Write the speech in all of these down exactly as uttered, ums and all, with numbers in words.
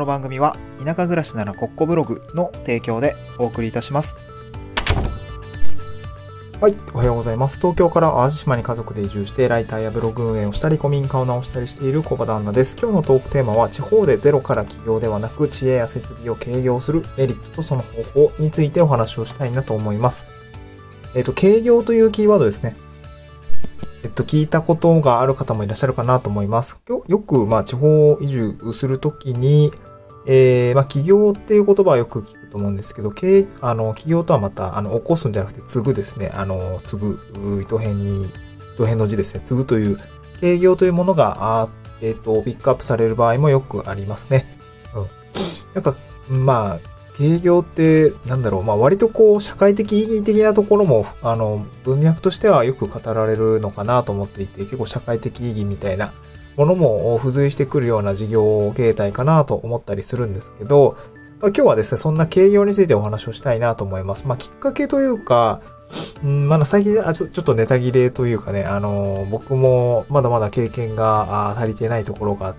の番組は田舎暮らしならコッコブログの提供でお送りいたします。 はい、おはようございます。東京から淡路島に家族で移住してライターやブログ運営をしたり古民家を直したりしている小場旦那です。今日のトークテーマは地方でゼロから起業ではなく知恵や設備を軽業するメリットとその方法についてお話をしたいなと思います。えっと、軽業というキーワードですね。えっと、聞いたことがある方もいらっしゃるかなと思います。よく、まあ、地方移住するときに、えー、まあ、起業っていう言葉はよく聞くと思うんですけど、経あの、起業とはまた、あの、起こすんじゃなくて、継ぐですね。あの、継ぐ、糸辺に、糸辺の字ですね。継ぐという、軽業というものが、あえっと、ピックアップされる場合もよくありますね。うん。なんか、まあ、軽業って、なんだろう、まあ割とこう、社会的意義的なところも、あの、文脈としてはよく語られるのかなと思っていて、結構社会的意義みたいなものも付随してくるような事業形態かなと思ったりするんですけど、まあ、今日はですね、そんな軽業についてお話をしたいなと思います。まあきっかけというか、うん、まだ最近あちょ、ちょっとネタ切れというかね、あの、僕もまだまだ経験が足りてないところがあって、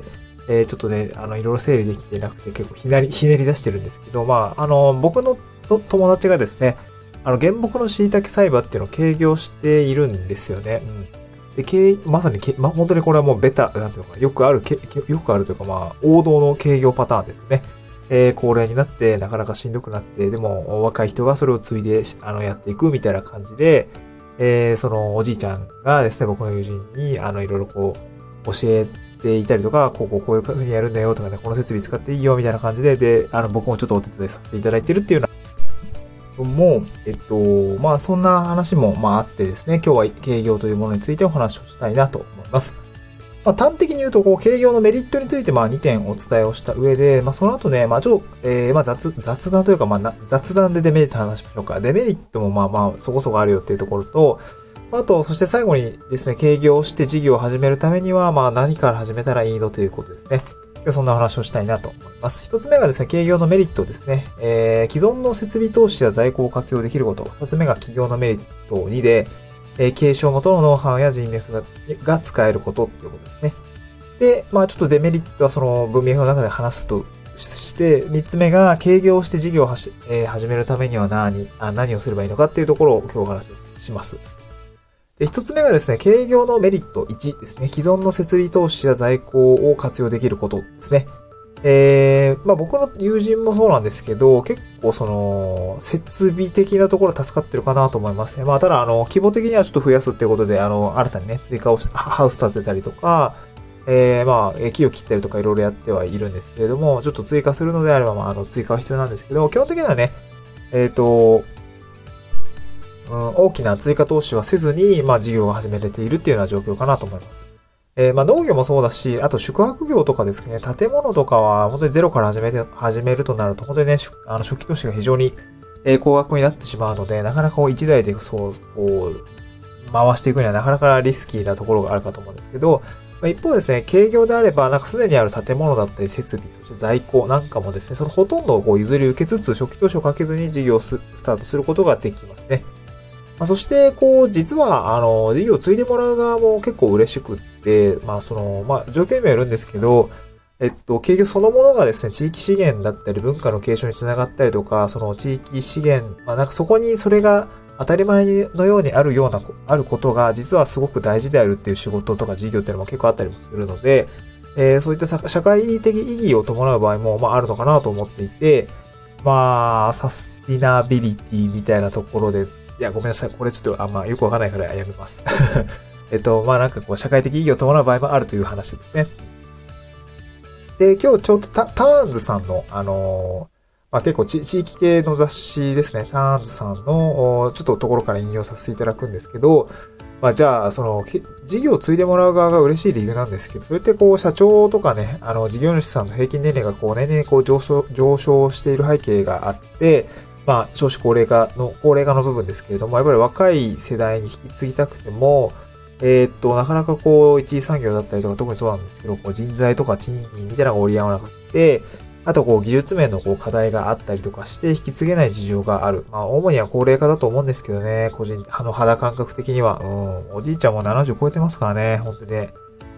えー、ちょっとね、あの、いろいろ整理できてなくて結構ひなり、ひねり出してるんですけど、まあ、あの、僕のと友達がですね、あの、原木の椎茸栽培っていうのを軽業しているんですよね。うん。で、軽、まさに、まあ、本当にこれはもうベタ、なんていうのかな、よくある、よくあるというか、まあ、王道の軽業パターンですね。えー、高齢になって、なかなかしんどくなって、でも、若い人がそれを継いで、あの、やっていくみたいな感じで、えー、その、おじいちゃんがですね、僕の友人に、あの、いろいろこう、教えて、でいたりとか、こうこうこういう風にやるんだよとかね、この設備使っていいよみたいな感じで、で、あの、僕もちょっとお手伝いさせていただいてるっていうような、もう、えっと、まあそんな話も、まああってですね、今日は軽業というものについてお話をしたいなと思います。まあ端的に言うと、こう、軽業のメリットについて、まあにてんお伝えをした上で、まあその後ね、まあちょっと、えー、まあ雑、雑談というか、まあな雑談でデメリット話しましょうか。デメリットもまあまあそこそこあるよっていうところと、あと、そして最後にですね、軽業して事業を始めるためには、まあ何から始めたらいいのということですね。今日そんな話をしたいなと思います。一つ目がですね、軽業のメリットですね。えー、既存の設備投資や在庫を活用できること。二つ目が起業のメリットにで、えー、継承元のノウハウや人脈が、が使えることっていうことですね。で、まあちょっとデメリットはその文脈の中で話すとして、三つ目が軽業して事業をはし、えー、始めるためには何あ、何をすればいいのかっていうところを今日お話をします。で、一つ目がですね、軽業のメリットいちですね。既存の設備投資や在庫を活用できることですね。えー、まあ僕の友人もそうなんですけど、結構その、設備的なところ助かってるかなと思いますね。まあただ、あの、規模的にはちょっと増やすっていうことで、あの、新たにね、追加をし、ハウス建てたりとか、えー、まあ、木を切ったりとかいろいろやってはいるんですけれども、ちょっと追加するのであれば、まあ、あの、追加は必要なんですけど、基本的にはね、えっと、うん、大きな追加投資はせずに、まあ事業が始めれているっていうような状況かなと思います。えー、まあ農業もそうだし、あと宿泊業とかですね、建物とかは本当にゼロから始めて、始めるとなると、本当にね、あの初期投資が非常に高額になってしまうので、なかなかこう一台でそう、こう、回していくにはなかなかリスキーなところがあるかと思うんですけど、まあ、一方ですね、軽業であれば、なんかすでにある建物だったり設備、そして在庫なんかもですね、そのほとんどをこう譲り受けつつ、初期投資をかけずに事業をスタートすることができますね。まあ、そして、こう、実は、あの、事業を継いでもらう側も結構嬉しくって、まあ、その、まあ、条件にもよるんですけど、えっと、軽業そのものがですね、地域資源だったり文化の継承につながったりとか、その地域資源、まあ、なんかそこにそれが当たり前のようにあるような、あることが実はすごく大事であるっていう仕事とか事業っていうのも結構あったりもするので、えー、そういった社会的意義を伴う場合も、まあ、あるのかなと思っていて、まあ、サスティナビリティみたいなところで、いや、ごめんなさい。これちょっとあんまよくわかんないからやめます。えっと、まあなんかこう、社会的意義を伴う場合もあるという話ですね。で、今日ちょうどタ, ターンズさんの、あのー、まあ結構地域系の雑誌ですね。ターンズさんの、ちょっとところから引用させていただくんですけど、まあじゃあ、その、事業を継いでもらう側が嬉しい理由なんですけど、それってこう、社長とかね、あの、事業主さんの平均年齢がこう、年々こう上昇、上昇している背景があって、まあ、少子高齢化の、高齢化の部分ですけれども、やっぱり若い世代に引き継ぎたくても、えー、っと、なかなかこう、一次産業だったりとか、特にそうなんですけど、こう人材とか賃金みたいなのが折り合わなくて、あとこう、技術面のこう、課題があったりとかして、引き継げない事情がある。まあ、主には高齢化だと思うんですけどね、個人、あの、肌感覚的には、うん、おじいちゃんもななじゅう超えてますからね、本当にね。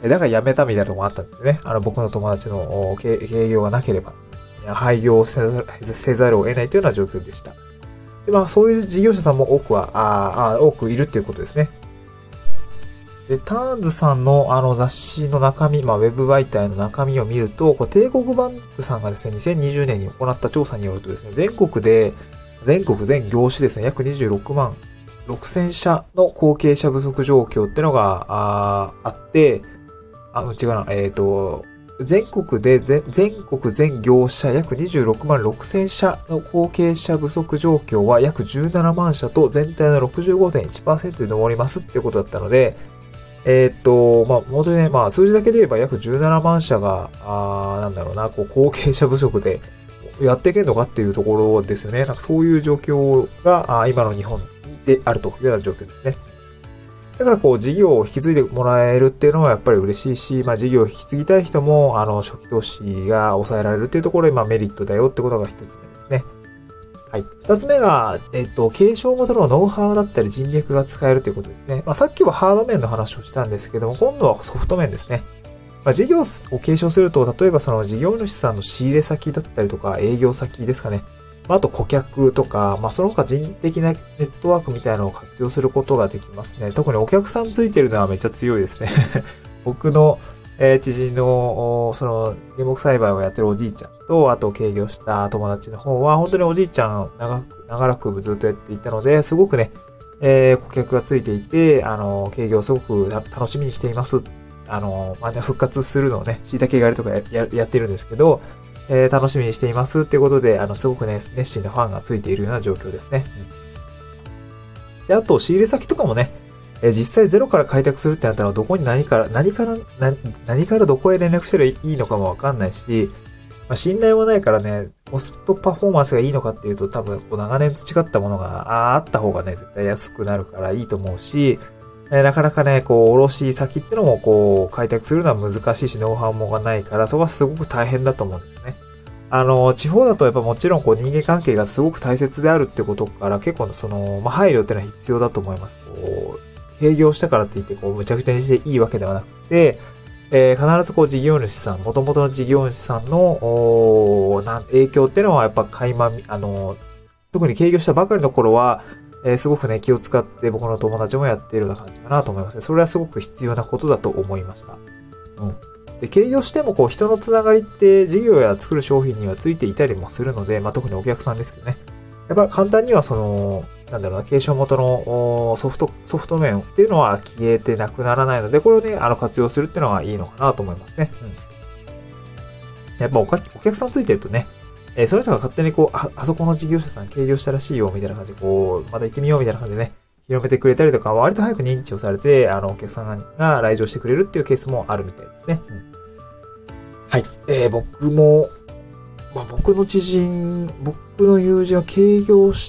だから辞めたみたいなとこもあったんですよね。あの、僕の友達の経営業がなければ、廃業せざる、せざるを得ないというような状況でした。で、まあ、そういう事業者さんも多くは、ああ、多くいるっていうことですね。で、ターンズさんのあの雑誌の中身、まあ、ウェブ媒体の中身を見ると、これ帝国バンクさんがですね、にせんにじゅうねんに行った調査によるとですね、全国で、全国全業種ですね、約にじゅうろくまんろくせんしゃの後継者不足状況ってのが あ, あって、あ、違うな、えっと、全国で全、全国全業者約にじゅうろくまんろくせんしゃの後継者不足状況は約じゅうななまんしゃと全体の ろくじゅうごてんいちパーセント に上りますっていうことだったので、えーっと、まあ、本当にね、まあ、数字だけで言えば約じゅうななまんしゃが、あなんだろうな、こう、後継者不足でやっていけんのかっていうところですよね。なんかそういう状況が、あ今の日本であるというような状況ですね。だからこう、事業を引き継いでもらえるっていうのはやっぱり嬉しいし、まあ、事業を引き継ぎたい人も、あの、初期投資が抑えられるっていうところで、まあ、メリットだよってことが一つ目ですね。はい。二つ目が、えっと、継承元のノウハウだったり人脈が使えるということですね。まあ、さっきはハード面の話をしたんですけども、今度はソフト面ですね。まあ、事業を継承すると、例えばその事業主さんの仕入れ先だったりとか、営業先ですかね。まあ、あと顧客とか、まあ、その他人的なネットワークみたいなのを活用することができますね。特にお客さんついてるのはめっちゃ強いですね。僕の、えー、知人の、その、原木栽培をやってるおじいちゃんと、あと経業した友達の方は、本当におじいちゃん長く、長らくずっとやっていたので、すごくね、えー、顧客がついていて、あの、経業をすごく楽しみにしています。あの、まあ、復活するのをね、椎茸狩りとか や, や, やってるんですけど、えー、楽しみにしていますっていうことで、あの、すごくね、熱心なファンがついているような状況ですね。うん、で、あと、仕入れ先とかもね、えー、実際ゼロから開拓するってなったら、どこに何から、何から、何、何からどこへ連絡したらいいのかもわかんないし、まあ、信頼もないからね、コストパフォーマンスがいいのかっていうと、多分、こう長年培ったものがあった方がね、絶対安くなるからいいと思うし、えー、なかなかね、こう、卸先ってのも、こう、開拓するのは難しいし、ノウハウもがないから、そこはすごく大変だと思うんですね。あの、地方だとやっぱもちろん、こう、人間関係がすごく大切であるってことから、結構、その、まあ、配慮っていうのは必要だと思います。こう、営業したからって言って、こう、むちゃくちゃにしていいわけではなくて、えー、必ずこう、事業主さん、元々の事業主さんの、おなん影響っていうのは、やっぱ、垣間、あの、特に経営したばかりの頃は、えー、すごくね、気を使って僕の友達もやっているような感じかなと思いますね。それはすごく必要なことだと思いました。うん。で、経営してもこう人のつながりって事業や作る商品にはついていたりもするので、まあ、特にお客さんですけどね。やっぱ簡単にはその、なんだろうな、継承元のソフト、ソフト面っていうのは消えてなくならないので、これをね、あの活用するっていうのはいいのかなと思いますね。うん。やっぱおかお客さんついてるとね、えー、その人が勝手にこう、あ、あそこの事業者さん経営したらしいよ、みたいな感じで、こう、また行ってみよう、みたいな感じでね、広めてくれたりとか、割と早く認知をされて、あの、お客さんが来場してくれるっていうケースもあるみたいですね。うん、はい。えー、僕も、まあ、僕の知人、僕の友人は経業して、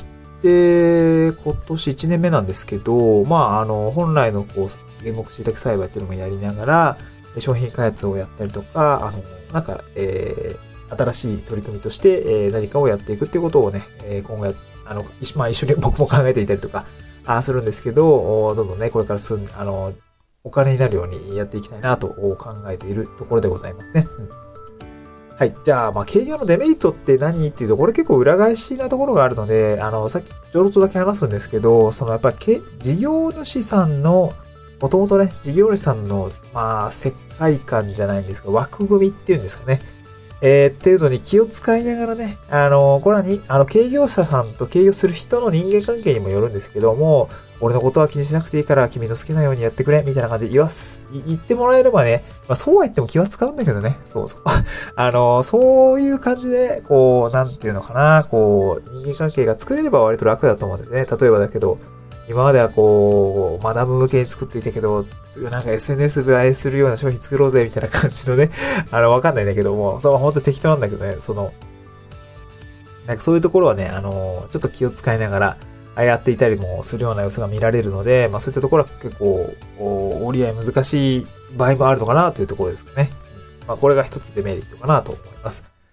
今年いちねんめなんですけど、まあ、あの、本来のこう、原木椎茸栽培っていうのもやりながら、商品開発をやったりとか、あの、なんか、えー、新しい取り組みとして、えー、何かをやっていくっていうことをね、えー、今後や、あの、まあ、一緒に僕も考えていたりとか、あするんですけど、どんどんね、これから進ん、あの、お金になるようにやっていきたいなと考えているところでございますね。うん、はい。じゃあ、まあ、経営のデメリットって何っていうと、これ結構裏返しなところがあるので、あの、さっきちょろっとだけ話すんですけど、そのやっぱり、事業主さんの、もともとね、事業主さんの、まあ、世界観じゃないんですけど、枠組みっていうんですかね。えー、っていうのに気を使いながらね、あの、これはに、あの、経業者さんと経営する人の人間関係にもよるんですけども、俺のことは気にしなくていいから君の好きなようにやってくれ、みたいな感じで言わす、言ってもらえればね、まあそうは言っても気は使うんだけどね、そうそう。あの、そういう感じで、こう、なんていうのかな、こう、人間関係が作れれば割と楽だと思うんですね。例えばだけど、今まではこう、マダム向けに作っていたけど、なんか エスエヌエス 映えするような商品作ろうぜ、みたいな感じのね、あの、わかんないんだけども、そう、ほんと適当なんだけどね、その、なんかそういうところはね、あの、ちょっと気を使いながら、やっていたりもするような様子が見られるので、まあそういったところは結構、折り合い難しい場合もあるのかなというところですかね。まあこれが一つデメリットかなと思います。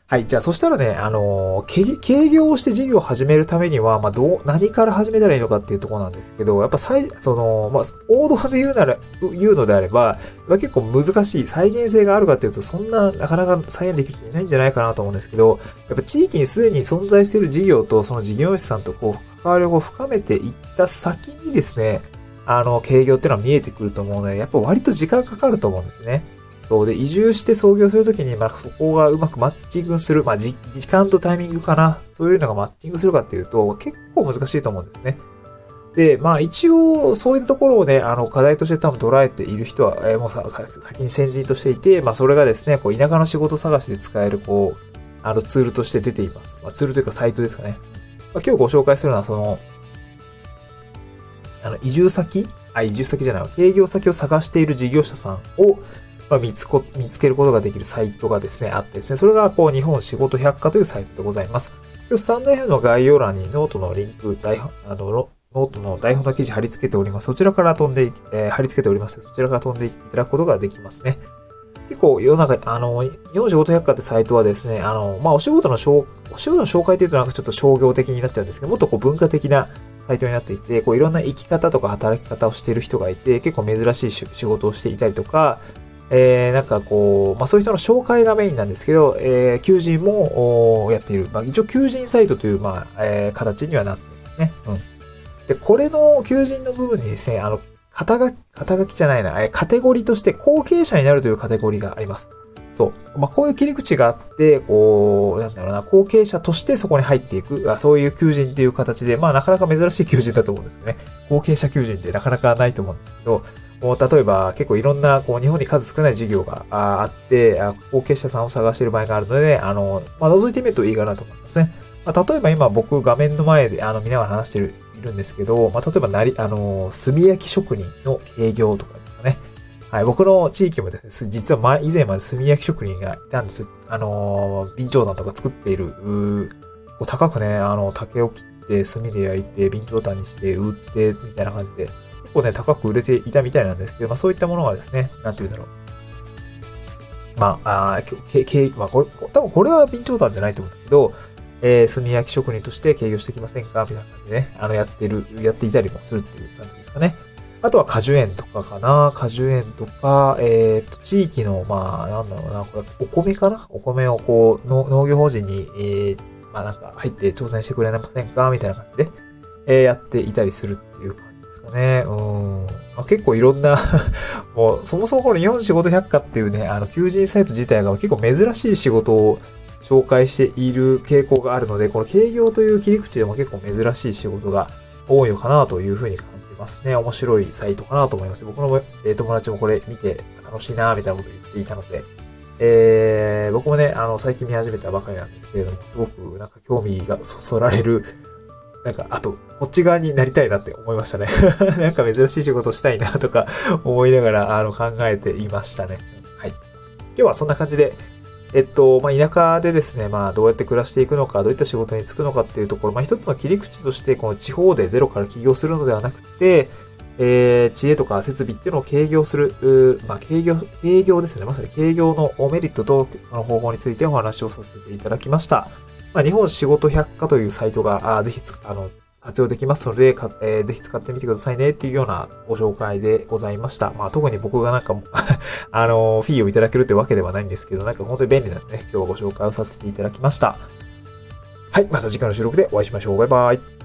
はい。じゃあ、そしたらね、あのー、経業をして事業を始めるためには、まあ、どう、何から始めたらいいのかっていうところなんですけど、やっぱ最、その、まあ、王道で言うなら、言うのであれば、まあ、結構難しい、再現性があるかっていうと、そんな、なかなか再現できる人いないんじゃないかなと思うんですけど、やっぱ地域にすでに存在している事業と、その事業主さんとこう、関わりを深めていった先にですね、あの、経業っていうのは見えてくると思うので、やっぱ割と時間かかると思うんですね。そうで、移住して創業するときに、まあ、そこがうまくマッチングする、まあ、時間とタイミングかな。そういうのがマッチングするかっていうと、結構難しいと思うんですね。で、まあ、一応、そういったところをね、あの、課題として多分捉えている人は、えー、もうさ、先に先人としていて、まあ、それがですね、こう、田舎の仕事探しで使える、こう、あの、ツールとして出ています。まあ、ツールというかサイトですかね。まあ、今日ご紹介するのは、その、あの、移住先あ、移住先じゃないわ。営業先を探している事業者さんを、まあ、見つこ、見つけることができるサイトがですね、あってですね、それがこう、日本仕事百科というサイトでございます。今日スタンド F の概要欄にノートのリンク、台本、あの、ノートの台本の記事貼り付けております。そちらから飛んで、えー、貼り付けております。そちらから飛んでいただくことができますね。結構世の中、あの、日本仕事百科ってサイトはですね、あの、まあ、お仕事の紹、お仕事の紹介というとなんかちょっと商業的になっちゃうんですけど、もっとこう文化的なサイトになっていて、こういろんな生き方とか働き方をしている人がいて、結構珍しい仕事をしていたりとか、えー、なんかこう、まあ、そういう人の紹介がメインなんですけど、えー、求人もやっている。まあ、一応求人サイトという、まあ、えー、形にはなっていますね。うん。で、これの求人の部分にですね、あの、肩書き、肩書きじゃないな、えー、カテゴリーとして後継者になるというカテゴリーがあります。そう。まあ、こういう切り口があって、こう、なんだろうな、後継者としてそこに入っていく、あそういう求人っていう形で、まあ、なかなか珍しい求人だと思うんですよね。後継者求人ってなかなかないと思うんですけど、もう例えば結構いろんなこう日本に数少ない事業があって、後継者さんを探している場合があるので、あの、まあ、覗いてみるといいかなと思いますね。まあ、例えば今僕画面の前であの見ながら話している、いるんですけど、まあ、例えばなり、あの、炭焼き職人の営業とかですかね。はい、僕の地域もですね、実は前、以前まで炭焼き職人がいたんですよ。あの、備長炭とか作っている、うこう高くね、あの、竹を切って炭で焼いて、備長炭にして売って、みたいな感じで、結構ね、高く売れていたみたいなんですけど、まあそういったものがですね、なんて言うんだろう。まあ、あけ、け、まあこれ、多分これは備長炭じゃないと思うんだけど、えー、炭焼き職人として経営してきませんかみたいな感じでね、あの、やってる、やっていたりもするっていう感じですかね。あとは果樹園とかかな果樹園とか、えっと、地域の、まあ、なんだろうな、これ、お米かなお米をこう、の農業法人に、えー、まあなんか入って挑戦してくれませんかみたいな感じで、えー、やっていたりするっていう感じですかね。うん。まあ、結構いろんな、もう、そもそもこの日本仕事百科っていうね、あの、求人サイト自体が結構珍しい仕事を紹介している傾向があるので、この経業という切り口でも結構珍しい仕事が多いのかなというふうに感じますね。面白いサイトかなと思います。僕の、えー、友達もこれ見て楽しいなみたいなことを言っていたので、えー、僕もね、あの、最近見始めたばかりなんですけれども、すごくなんか興味がそそられる、なんか、あと、こっち側になりたいなって思いましたね。なんか珍しい仕事したいなとか思いながら、あの、考えていましたね。はい。今日はそんな感じで、えっと、まあ、田舎でですね、まあ、どうやって暮らしていくのか、どういった仕事に就くのかっていうところ、まあ、一つの切り口として、この地方でゼロから起業するのではなくて、えー、知恵とか設備っていうのを軽業する、まあ、軽業、軽業ですね。まさに軽業のメリットとその方法についてお話をさせていただきました。まあ、日本仕事百科というサイトが、あぜひ、あの、活用できますので、かえー、ぜひ使ってみてくださいねっていうようなご紹介でございました。まあ特に僕がなんか、あの、フィーをいただけるってわけではないんですけど、なんか本当に便利なのでね、今日はご紹介をさせていただきました。はい、また次回の収録でお会いしましょう。バイバイ。